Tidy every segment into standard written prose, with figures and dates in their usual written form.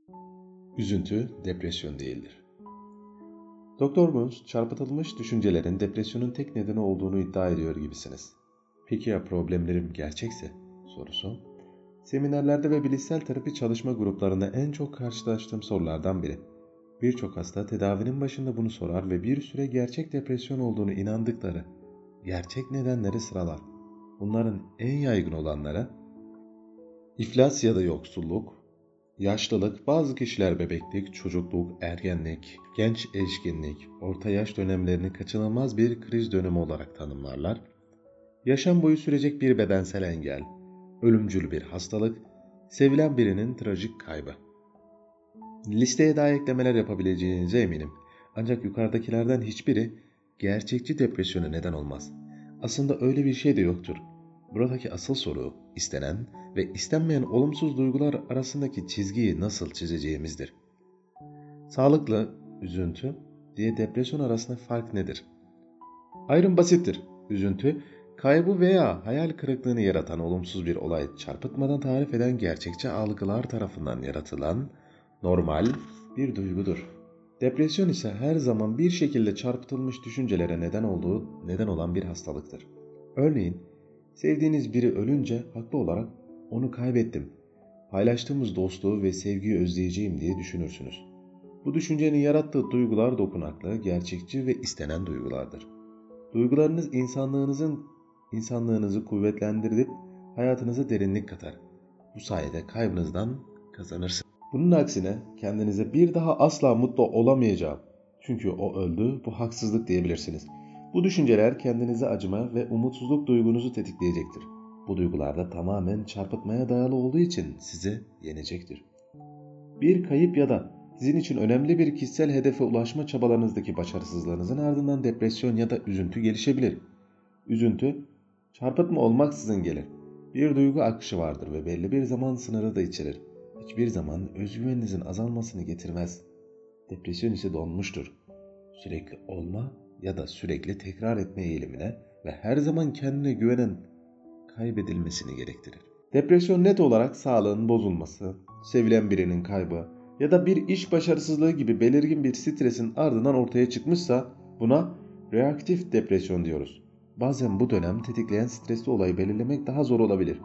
Üzüntü, depresyon değildir. Doktor Burns, çarpıtılmış düşüncelerin depresyonun tek nedeni olduğunu iddia ediyor gibisiniz. Peki ya problemlerim gerçekse? Sorusu, seminerlerde ve bilişsel terapi çalışma gruplarında en çok karşılaştığım sorulardan biri. Birçok hasta tedavinin başında bunu sorar ve bir süre gerçek depresyon olduğunu inandıkları gerçek nedenleri sıralar. Bunların en yaygın olanları iflas ya da yoksulluk, yaşlılık, bazı kişiler bebeklik, çocukluk, ergenlik, genç erişkinlik, orta yaş dönemlerini kaçınılmaz bir kriz dönemi olarak tanımlarlar. Yaşam boyu sürecek bir bedensel engel, ölümcül bir hastalık, sevilen birinin trajik kaybı. Listeye daha eklemeler yapabileceğinize eminim. Ancak yukarıdakilerden hiçbiri gerçekçi depresyona neden olmaz. Aslında öyle bir şey de yoktur. Buradaki asıl soru istenen ve istenmeyen olumsuz duygular arasındaki çizgiyi nasıl çizeceğimizdir. Sağlıklı, üzüntü diye depresyon arasında fark nedir? Ayrım basittir. Üzüntü, kaybı veya hayal kırıklığını yaratan olumsuz bir olay çarpıtmadan tarif eden gerçekçi algılar tarafından yaratılan normal bir duygudur. Depresyon ise her zaman bir şekilde çarpıtılmış düşüncelere neden olan bir hastalıktır. Örneğin, sevdiğiniz biri ölünce haklı olarak onu kaybettim, paylaştığımız dostluğu ve sevgiyi özleyeceğim diye düşünürsünüz. Bu düşüncenin yarattığı duygular dokunaklı, gerçekçi ve istenen duygulardır. Duygularınız insanlığınızı kuvvetlendirip hayatınıza derinlik katar. Bu sayede kaybınızdan kazanırsınız. Bunun aksine kendinize bir daha asla mutlu olamayacağım, çünkü o öldü, bu haksızlık diyebilirsiniz. Bu düşünceler kendinize acıma ve umutsuzluk duygunuzu tetikleyecektir. Bu duygular da tamamen çarpıtmaya dayalı olduğu için sizi yenecektir. Bir kayıp ya da sizin için önemli bir kişisel hedefe ulaşma çabalarınızdaki başarısızlığınızın ardından depresyon ya da üzüntü gelişebilir. Üzüntü, çarpıtma olmaksızın gelir. Bir duygu akışı vardır ve belli bir zaman sınırı da içerir. Hiçbir zaman özgüveninizin azalmasını getirmez. Depresyon ise donmuştur. Sürekli olma ya da sürekli tekrar etme eğilimine ve her zaman kendine güvenen kaybedilmesini gerektirir. Depresyon net olarak sağlığın bozulması, sevilen birinin kaybı ya da bir iş başarısızlığı gibi belirgin bir stresin ardından ortaya çıkmışsa buna reaktif depresyon diyoruz. Bazen bu dönem tetikleyen stresli olayı belirlemek daha zor olabilir.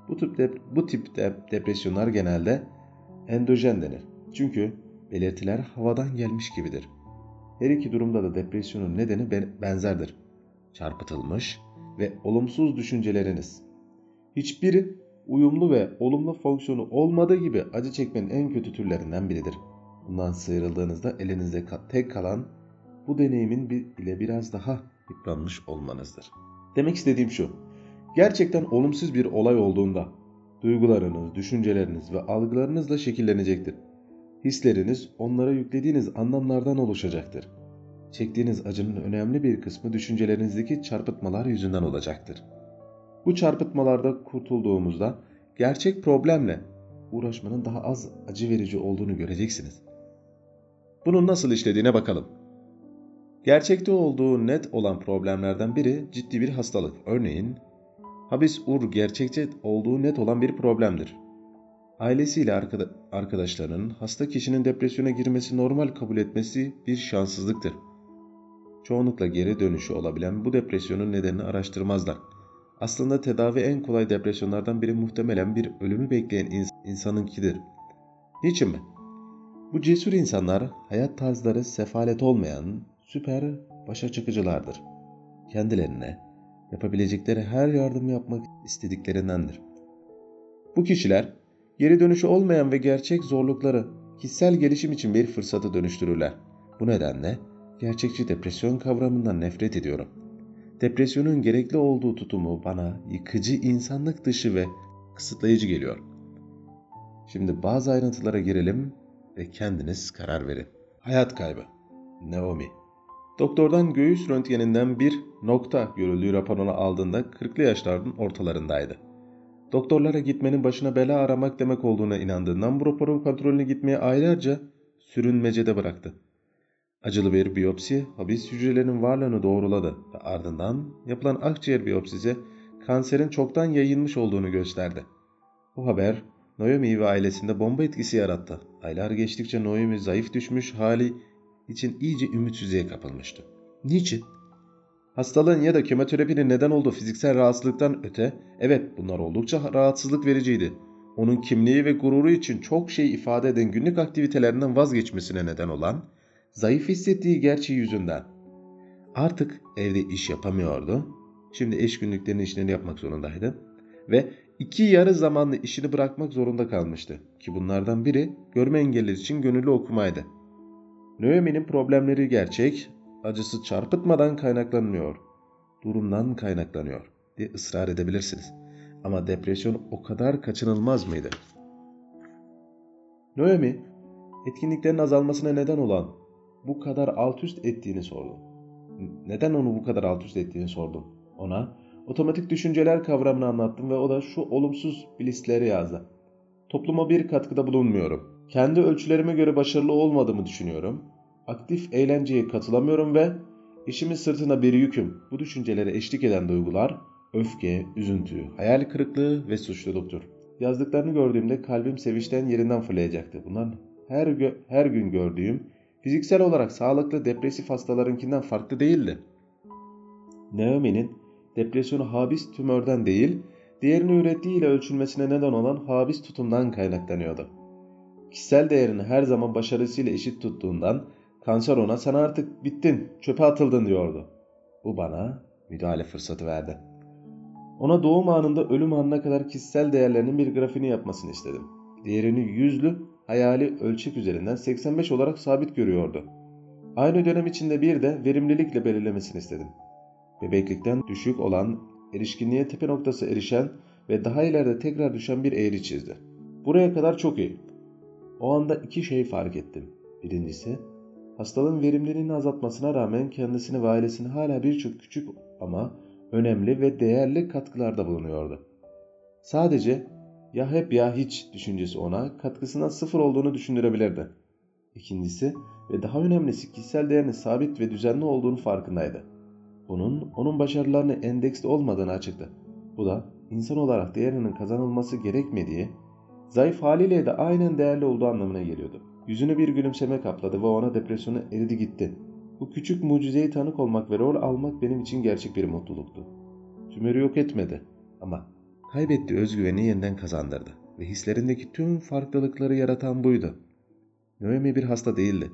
Bu tip depresyonlar genelde endojen denir. Çünkü belirtiler havadan gelmiş gibidir. Her iki durumda da depresyonun nedeni benzerdir. Çarpıtılmış ve olumsuz düşünceleriniz. Hiçbiri uyumlu ve olumlu fonksiyonu olmadığı gibi acı çekmenin en kötü türlerinden biridir. Bundan sıyrıldığınızda elinizde tek kalan bu deneyimin ile biraz daha yıpranmış olmanızdır. Demek istediğim şu: gerçekten olumsuz bir olay olduğunda duygularınız, düşünceleriniz ve algılarınızla şekillenecektir. Hisleriniz onlara yüklediğiniz anlamlardan oluşacaktır. Çektiğiniz acının önemli bir kısmı düşüncelerinizdeki çarpıtmalar yüzünden olacaktır. Bu çarpıtmalarda kurtulduğumuzda gerçek problemle uğraşmanın daha az acı verici olduğunu göreceksiniz. Bunun nasıl işlediğine bakalım. Gerçekte olduğu net olan problemlerden biri ciddi bir hastalık. Örneğin habis-ur gerçekçe olduğu net olan bir problemdir. Ailesiyle arkadaşlarının hasta kişinin depresyona girmesi normal kabul etmesi bir şanssızlıktır. Çoğunlukla geri dönüşü olabilen bu depresyonun nedenini araştırmazlar. Aslında tedavi en kolay depresyonlardan biri muhtemelen bir ölümü bekleyen insanınkidir. Niçin mi? Bu cesur insanlar hayat tarzları sefalet olmayan süper başa çıkıcılardır. Kendilerine yapabilecekleri her yardımı yapmak istediklerindendir. Bu kişiler geri dönüşü olmayan ve gerçek zorlukları kişisel gelişim için bir fırsatı dönüştürürler. Bu nedenle gerçekçi depresyon kavramından nefret ediyorum. Depresyonun gerekli olduğu tutumu bana yıkıcı, insanlık dışı ve kısıtlayıcı geliyor. Şimdi bazı ayrıntılara girelim ve kendiniz karar verin. Hayat kaybı. Naomi. Doktordan göğüs röntgeninden bir nokta görüldüğü raporunu aldığında 40'lı yaşların ortalarındaydı. Doktorlara gitmenin başına bela aramak demek olduğuna inandığından bu raporun kontrolüne gitmeye aylarca sürünmecede bıraktı. Acılı bir biyopsi habis hücrelerinin varlığını doğruladı ve ardından yapılan akciğer biyopsisi kanserin çoktan yayılmış olduğunu gösterdi. Bu haber Naomi ve ailesinde bomba etkisi yarattı. Aylar geçtikçe Naomi zayıf düşmüş hali için iyice ümitsizliğe kapılmıştı. Niçin? Hastalığın ya da kemoterapinin neden olduğu fiziksel rahatsızlıktan öte, evet bunlar oldukça rahatsızlık vericiydi. Onun kimliği ve gururu için çok şey ifade eden günlük aktivitelerinden vazgeçmesine neden olan, zayıf hissettiği gerçeği yüzünden. Artık evde iş yapamıyordu. Şimdi eş günlüklerinin işlerini yapmak zorundaydı. Ve 2 yarı zamanlı işini bırakmak zorunda kalmıştı. Ki bunlardan biri görme engelliler için gönüllü okumaydı. Naomi'nin problemleri gerçek, acısı çarpıtmadan kaynaklanmıyor, durumdan kaynaklanıyor diye ısrar edebilirsiniz. Ama depresyon o kadar kaçınılmaz mıydı? Naomi, etkinliklerin azalmasına neden olan bu kadar alt üst ettiğini sordu. Neden onu bu kadar alt üst ettiğini sordum. Ona otomatik düşünceler kavramını anlattım ve o da şu olumsuz listleri yazdı. Topluma bir katkıda bulunmuyorum. Kendi ölçülerime göre başarılı olmadığımı düşünüyorum. Aktif eğlenceye katılamıyorum ve işimin sırtına bir yüküm. Bu düşüncelere eşlik eden duygular öfke, üzüntü, hayal kırıklığı ve suçluluktur. Yazdıklarını gördüğümde kalbim sevinçten yerinden fırlayacaktı. Bunlar her gün gördüğüm fiziksel olarak sağlıklı depresif hastalarınkinden farklı değildi. Naomi'nin depresyonu habis tümörden değil, diğerini ürettiğiyle ölçülmesine neden olan habis tutumdan kaynaklanıyordu. Kişisel değerini her zaman başarısıyla eşit tuttuğundan kanser ona sen artık bittin, çöpe atıldın diyordu. Bu bana müdahale fırsatı verdi. Ona doğum anında ölüm anına kadar kişisel değerlerinin bir grafiğini yapmasını istedim. Değerini yüzlü, hayali ölçek üzerinden 85 olarak sabit görüyordu. Aynı dönem içinde bir de verimlilikle belirlemesini istedim. Bebeklikten düşük olan, erişkinliğe tepe noktası erişen ve daha ileride tekrar düşen bir eğri çizdi. Buraya kadar çok iyi. O anda 2 şey fark ettim. Birincisi, hastalığın verimliliğini azaltmasına rağmen kendisine ve ailesine hala birçok küçük ama önemli ve değerli katkılarda bulunuyordu. Sadece ya hep ya hiç düşüncesi ona katkısından sıfır olduğunu düşündürebilirdi. İkincisi ve daha önemlisi kişisel değerinin sabit ve düzenli olduğunu farkındaydı. Bunun onun başarılarına endeksli olmadığını açıktı. Bu da insan olarak değerinin kazanılması gerekmediği, zayıf haliyle de aynen değerli olduğu anlamına geliyordu. Yüzünü bir gülümseme kapladı ve ona depresyonu eridi gitti. Bu küçük mucizeye tanık olmak ve rol almak benim için gerçek bir mutluluktu. Tümörü yok etmedi ama kaybettiği özgüveni yeniden kazandırdı ve hislerindeki tüm farklılıkları yaratan buydu. Naomi bir hasta değildi.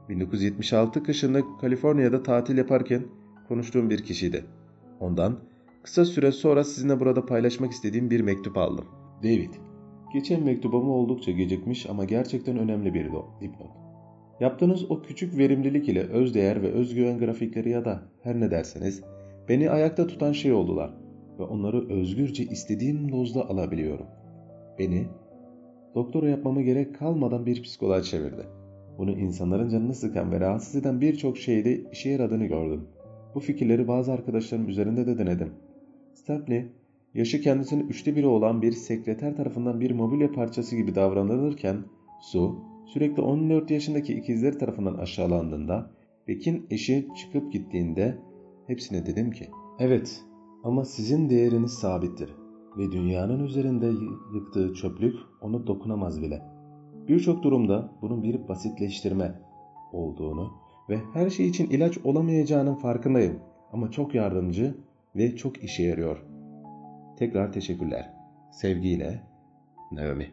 1976 kışında Kaliforniya'da tatil yaparken konuştuğum bir kişiydi. Ondan kısa süre sonra sizinle burada paylaşmak istediğim bir mektup aldım. David, geçen mektubum oldukça gecikmiş ama gerçekten önemli bir dipnot. Yaptığınız o küçük verimlilik ile özdeğer ve özgüven grafikleri ya da her ne derseniz beni ayakta tutan şey oldular ve onları özgürce istediğim dozda alabiliyorum. Beni doktora yapmama gerek kalmadan bir psikoloğa çevirdi. Bunu insanların canını sıkan ve rahatsız eden birçok şeyde işe yaradığını gördüm. Bu fikirleri bazı arkadaşlarım üzerinde de denedim. Stepney, yaşı kendisinin 1/3 olan bir sekreter tarafından bir mobilya parçası gibi davranılırken, Sue, sürekli 14 yaşındaki ikizleri tarafından aşağılandığında, Beck'in eşi çıkıp gittiğinde hepsine dedim ki, evet ama sizin değeriniz sabittir ve dünyanın üzerinde yıktığı çöplük onu dokunamaz bile. Birçok durumda bunun bir basitleştirme olduğunu ve her şey için ilaç olamayacağının farkındayım ama çok yardımcı ve çok işe yarıyor. Tekrar teşekkürler. Sevgiyle, Naomi.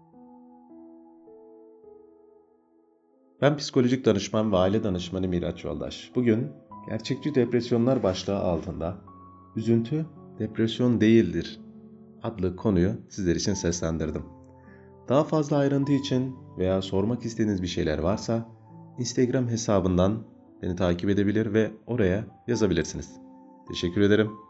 Ben psikolojik danışman ve aile danışmanı Miraç Yoldaş. Bugün gerçekçi depresyonlar başlığı altında üzüntü depresyon değildir adlı konuyu sizler için seslendirdim. Daha fazla ayrıntı için veya sormak istediğiniz bir şeyler varsa Instagram hesabından beni takip edebilir ve oraya yazabilirsiniz. Teşekkür ederim.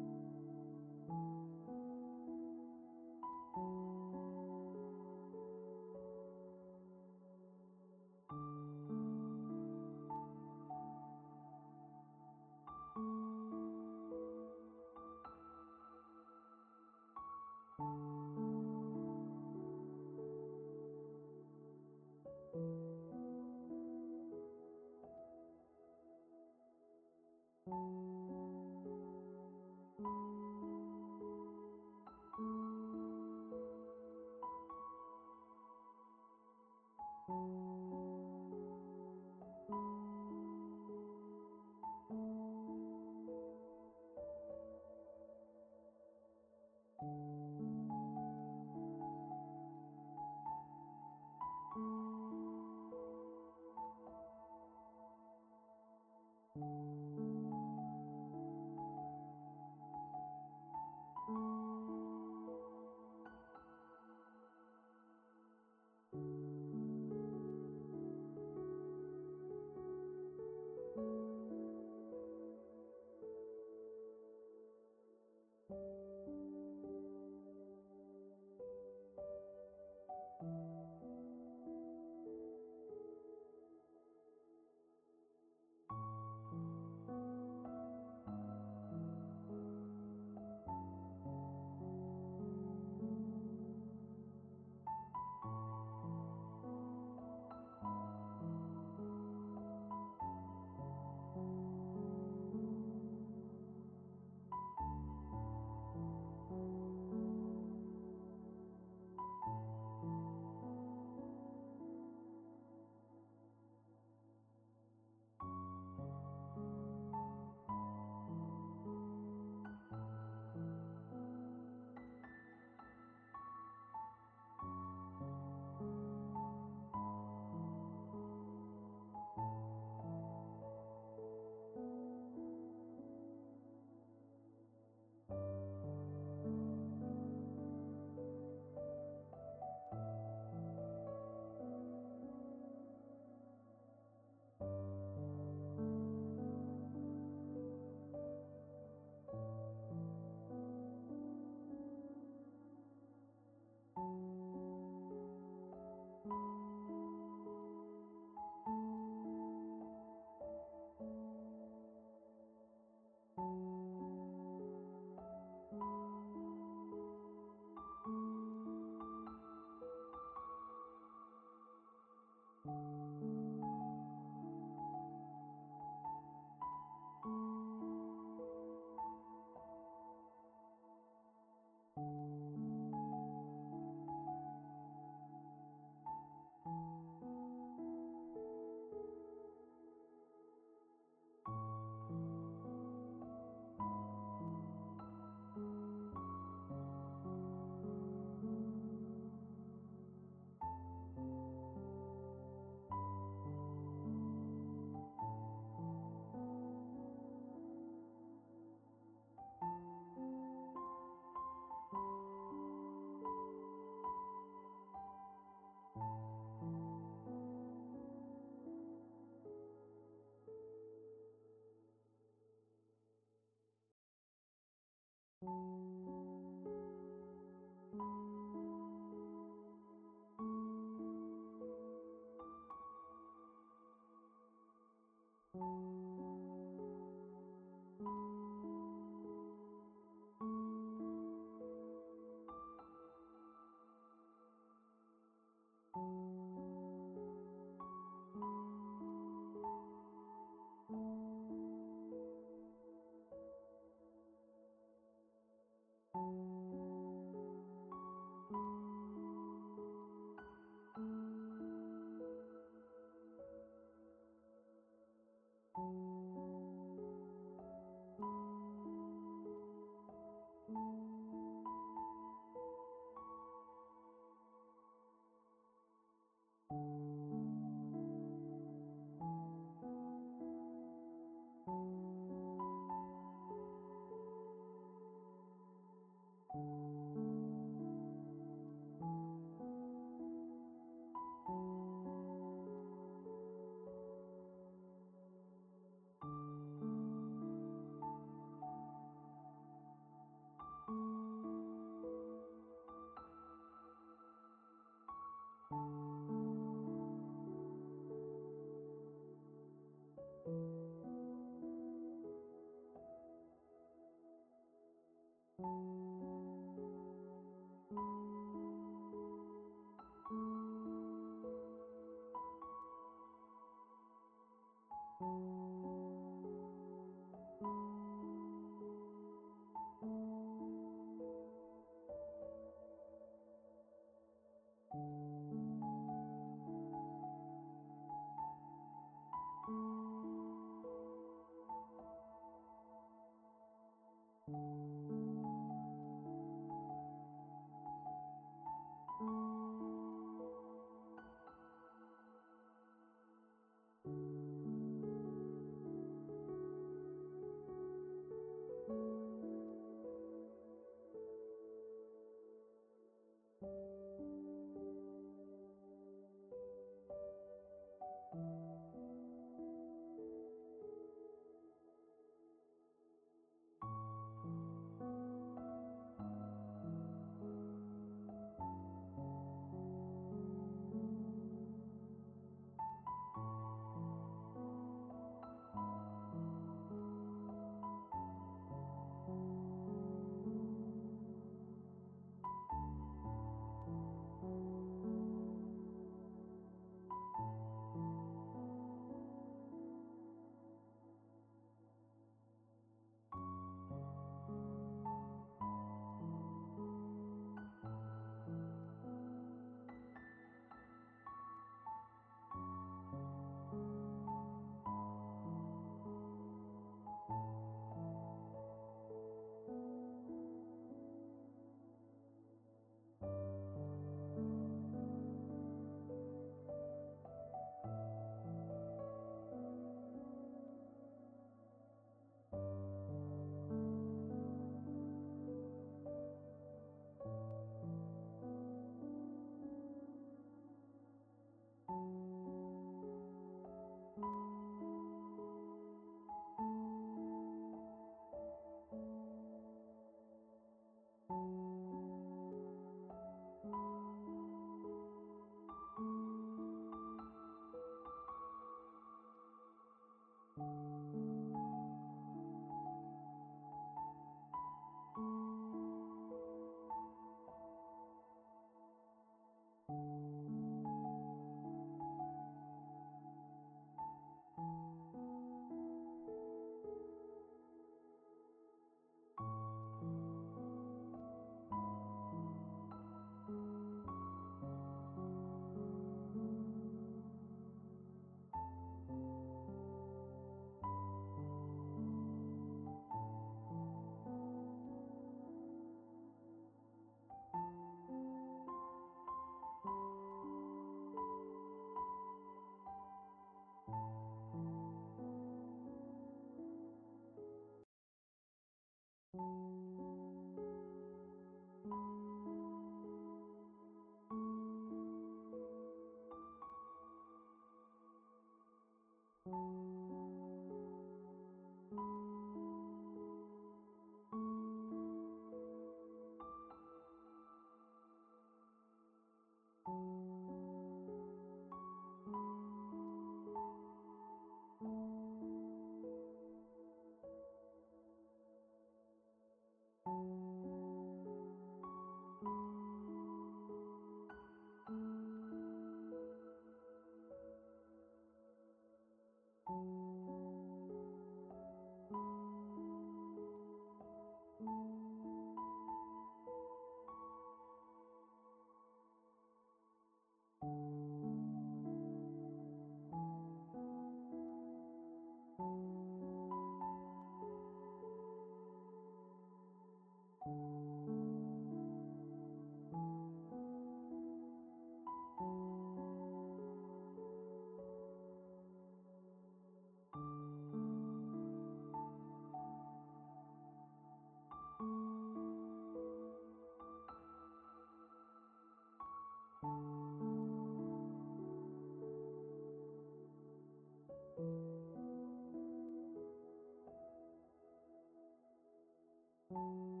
Thank you.